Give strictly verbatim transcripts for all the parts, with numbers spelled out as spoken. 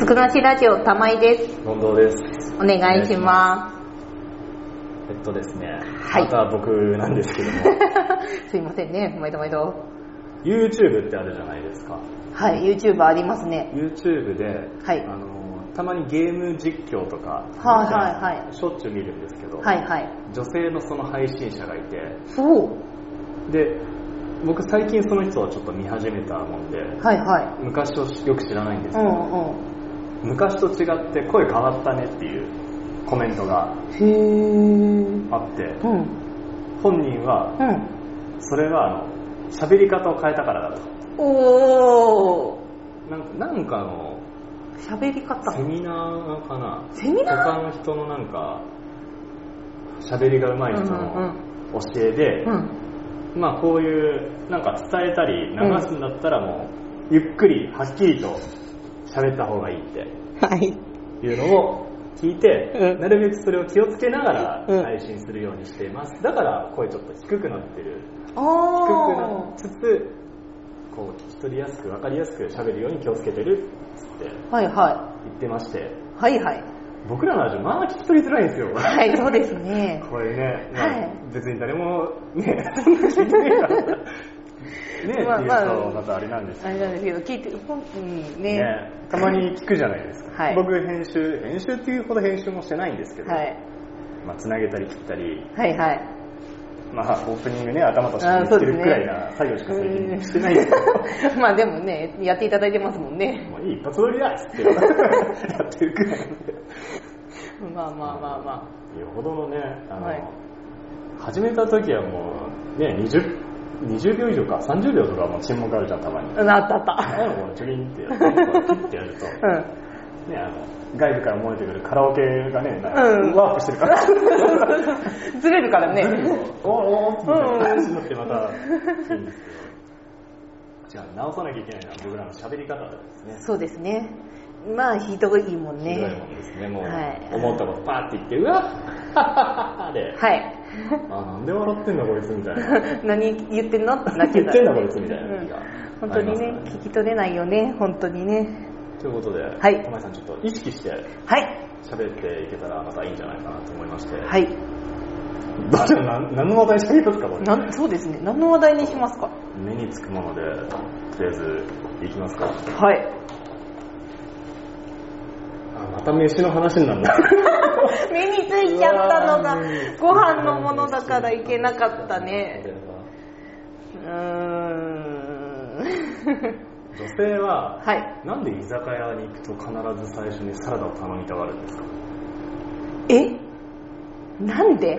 つくなしラジオ玉井です。 近藤です。 お願いします。 えっとですね、 はい、 また僕なんですけどもすいませんね、毎度毎度。 YouTube ってあるじゃないですか。 はい、YouTube ありますね。 YouTube で、 はい、 あのたまにゲーム実況とか、 はいはいはい、 しょっちゅう見るんですけど、 はいはい、 女性のその配信者がいて、 そうで僕最近その人をちょっと見始めたもんで、 はいはい、 昔をよく知らないんですけど、 うんうん、 昔と違って声変わったねっていうコメントがあって、 へー、うん、 本人は、うん、それはあの喋り方を変えたからだと。 おー、 なんか、なんかの喋り方、 セミナーかな、 セミナー、 他の人のなんか喋りが上手い人の教えで、うんうんうん、まあこういうなんか伝えたり流すんだったらもうゆっくりはっきりと喋った方がいいっていうのを聞いて、はい、なるべくそれを気をつけながら配信するようにしています。だから声ちょっと低くなってる、低くなりつつこう聞き取りやすく分かりやすく喋るように気をつけてるって言ってまして、 はいはい、 僕らのラジオまあ聞き取りづらいんですよ。 はい、そうですね。 これね、まあはい、 別に誰もねそんな聞いてないからね、まあ、っていうとまたあれなんですけど、 あれなんですけど聞いて、うんね、 ね、たまに聞くじゃないですか。 はい、 僕編集編集っていうほど編集もしてないんですけど、はい、まあつなげたり切ったり、 はいはい。 まあ、オープニングね、頭として言ってるくらいな作業しか最近してないですけど、 まあでもね、やっていただいてますもんね。 もういい、一発撮りだっつってやってるくらいなんでまあまあまあまあ、よほどのね、あの、はい、始めた時はもうね、にじゅう、にじゅうびょう以上かさんじゅうびょうとかもう沈黙あるじゃん、たまに。 あったあった。 あのこのチュリンってやって、ピッてやると、うん、ね、あの外部から漏れてくるカラオケがね、なんかワープしてるから、 うん、ずれるからね。 おおみたいな感じになってまたいいんですけど、違う、直さなきゃいけないのは僕らの喋り方ですね。 そうですね。まあひどいもんね。 ひどいもんですね。もう、 はい、 思ったことパーって言って、うわっはっはっはで、 はい。 あ、なんで笑ってんだこいつみたいな。 何言ってんのってなっちゃう。 言ってんだこいつみたいな気が、 うん。本当にね、聞き取れないよね、本当にね。 ということで、 はい、 玉井さんちょっと意識して喋っていけたらまたいいんじゃないかなと思いまして。はい。どうしよう、何の話題にしてみますかこれ。 なそうですね。何の話題にしますか。 目につくものでとりあえずいきますか。 はい。 あ、また飯の話になるんだ。 目についちゃったのがご飯のものだからいけなかったね。うーん。 女性は、 はい、 なんで居酒屋に行くと必ず最初にサラダを頼みたがるんですか？ え？なんで？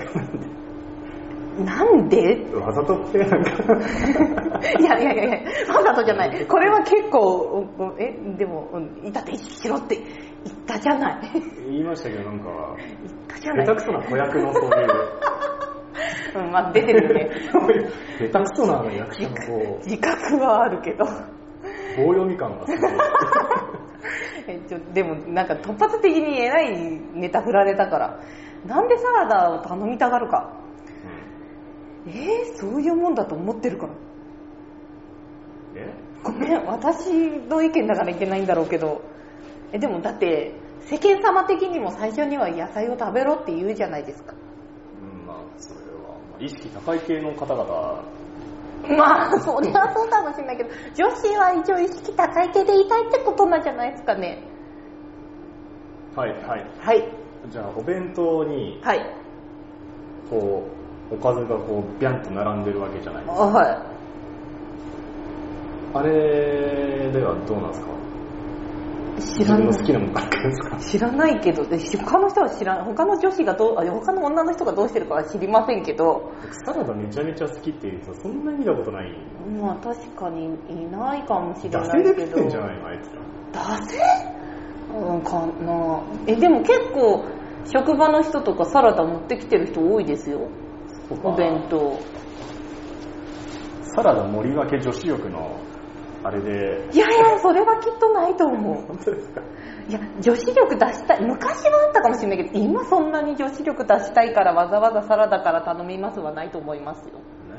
なんで？ わざとってなんかいやいやいやいや、わざとじゃない。これは結構、え、でも、いたって意識しろって言ったじゃない。 言いましたけど、なんか、 言ったじゃない。 下手くそな子役のそういう。 うん、まあ出てるよね。 下手くそな役者のこう。 自覚はあるけど。 棒読み感がすごい。 えちょでもなんか突発的にえらいネタ振られたから、なんでサラダを頼みたがるか、うん、えー、そういうもんだと思ってるから。 えごめん、私の意見だからいけないんだろうけど、えでもだって世間様的にも最初には野菜を食べろって言うじゃないですか。 うん、まあそれは意識高い系の方々、 まあそりゃそうかもしれないけど、女子は一応意識高い系でいたいってことなんじゃないですかね。 はいはいはい。 じゃあお弁当に、 はい、 こうおかずがこうビャンと並んでるわけじゃないですか。 あ、はい。 あれではどうなんですか？知らない。自分の好きなものばっかりですか？ 知らないけど、他の人は知らない。他の女子がどう、あ、他の女の人がどうしてるかは知りませんけど。 サラダめちゃめちゃ好きっていう人はそんなに見たことない。 まあ確かにいないかもしれないけど。 惰性で食ってんじゃないのあいつら。惰性？うんかな。えでも結構職場の人とかサラダ持ってきてる人多いですよ。お弁当。 サラダ盛り分け女子力のあれで。 いやいや、それはきっとないと思う。 本当ですか？ いや、女子力出したい。昔はあったかもしれないけど、今そんなに女子力出したいからわざわざサラダから頼みますはないと思いますよ。 ない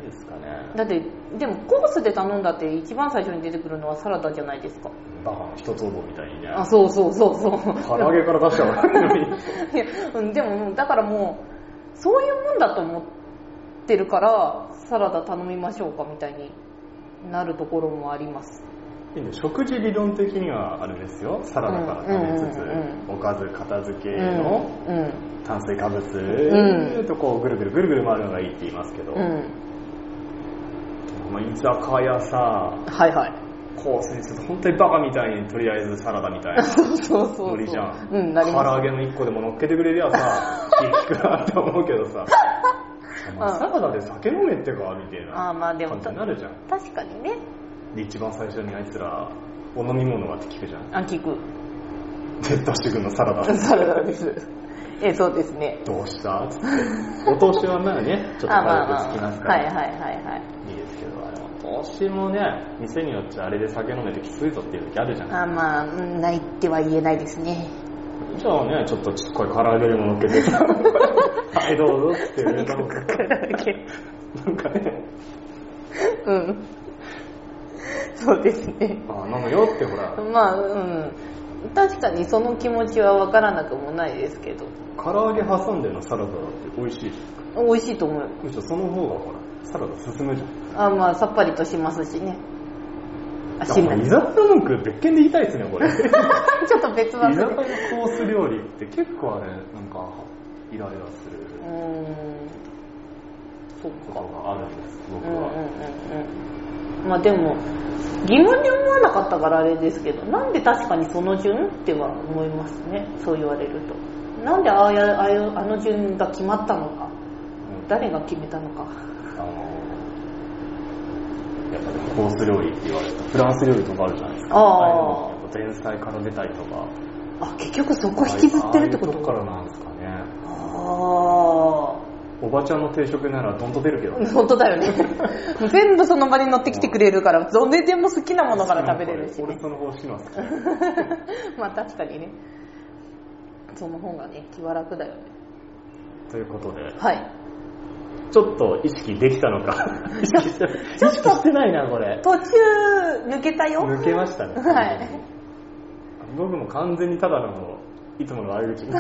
ですかね。 だってでもコースで頼んだって一番最初に出てくるのはサラダじゃないですか。 バカの一つ覚えみたいにね。 あ、そうそうそうそう。 唐揚げから出したらいいやでもだからもうそういうもんだと思ってるからサラダ頼みましょうかみたいになるところもあります。 食事理論的にはあれですよ、サラダから食べつつ、うんうんうん、おかず片付けの炭水化物、うん、とこうぐるぐるぐるぐる回るのがいいって言いますけど、うん、まあ、居酒屋さ、 はいはい、 コースにすると本当にバカみたいにとりあえずサラダみたいなノリじゃん。うん、なります。唐揚げのいっこでも乗っけてくれりゃさ気利くなって思うけどさまあ、サラダで酒飲めってかみたいな感じになるじゃん。 確かにね。 で一番最初にあいつらお飲み物はって聞くじゃん。 あ、聞く。 で出してくるのサラダ。 サラダです。え、そうですね。 どうしたっつってお通しはまあねちょっと軽くつきますから、 はいはいはいはい、 いいですけど、あれお通しもね店によっちゃあれで酒飲めてきついぞっていう時あるじゃん。 あ、まあないっては言えないですね。 じゃあねちょっとちっこい唐揚げでも乗っけてはいどうぞって言うたのかなんかね、 うん、そうですね。 あ、飲むよってほら。 まあ、うん。確かにその気持ちは分からなくもないですけど。 唐揚げ挟んでのサラダだって美味しい。 美味しいと思う。 むしろその方がほらサラダ進むじゃん。 あ、まあさっぱりとしますしね。 あ、しんない。居酒屋文句別件で言いたいですねこれ。 ちょっと別枠で。 居酒屋コース料理って結構あれなんかイライラする。うーん。 そっか。 ことがあるんです僕は。うんうんうんうん。まあでも疑問に思わなかったからあれですけど、なんで確かにその順っては思いますね。そう言われると。なんでああやああの順が決まったのか、うん、誰が決めたのか。あのやっぱりコース料理って言われたフランス料理とかあるじゃないですか。 ああ。 前菜から出たりとか。 あ、結局そこ引きずってるってこと。 ああいうとこからなんですかね。 ああ。 おばちゃんの定食ならどんと出るけど、ね、 本当だよね。全部その場に乗ってきてくれるからどれでも好きなものから食べれるし、ね、 俺その方します、ね、 まあ確かにね、その方がね気は楽だよね。ということで、 はい、 ちょっと意識できたのか意識してちょっとしてないなこれ。 途中抜けたよ。 抜けましたね。 はい。 僕も完全にただのいつもの悪口に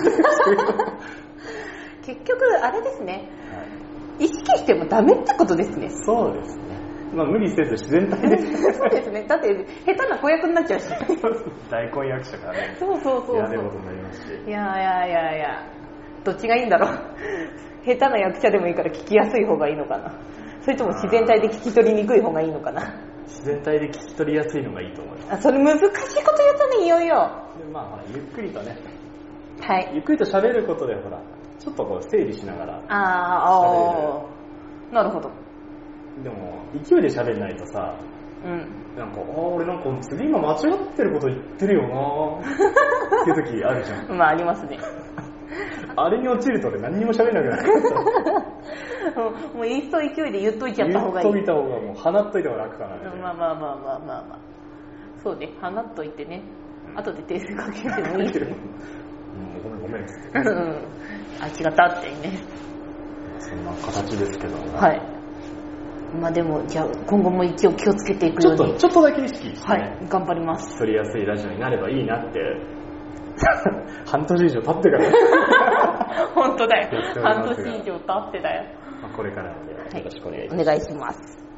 結局あれですね、はい、意識してもダメってことですね。 そうですね。まあ無理せず自然体でそうですね。だって下手な子役になっちゃうし大根役者からね。 そうそうそう。 やれることになりますし。 いやいやいやいや、どっちがいいんだろう。下手な役者でもいいから聞きやすい方がいいのかな、それとも自然体で聞き取りにくい方がいいのかな。 自然体で聞き取りやすいのがいいと思います。 あ、それ難しいこと言ったね、いよいよ。 でまあほらゆっくりとね、 はい、 ゆっくりと喋ることでほらちょっとこう整理しながら。 ああ、なるほど。 でも勢いで喋んないとさ、うん、なんかあ俺なんか次今間違ってること言ってるよなっていう時あるじゃん。 まあありますね。 あれに落ちると俺何にも喋んなくなるもういっそ勢いで言っといちゃった方がいい。 言っといた方がもう放っといた方が楽かな。 まあまあまあまあまあまあそうね、放っといてね、うん、後で訂正かけてもいいけどごめんごめんっつって、 うん、あ、違ったってね。 そんな形ですけどね。 はい。まあでもじゃあ今後も一応気をつけていくようにちょっとちょっとだけ意識して、ね、 はい、頑張ります。 取りやすいラジオになればいいなって半年以上経ってから本当だよ。半年以上経ってだよ。 まあ、これからもよろしくお願いします。 はい、お願いします。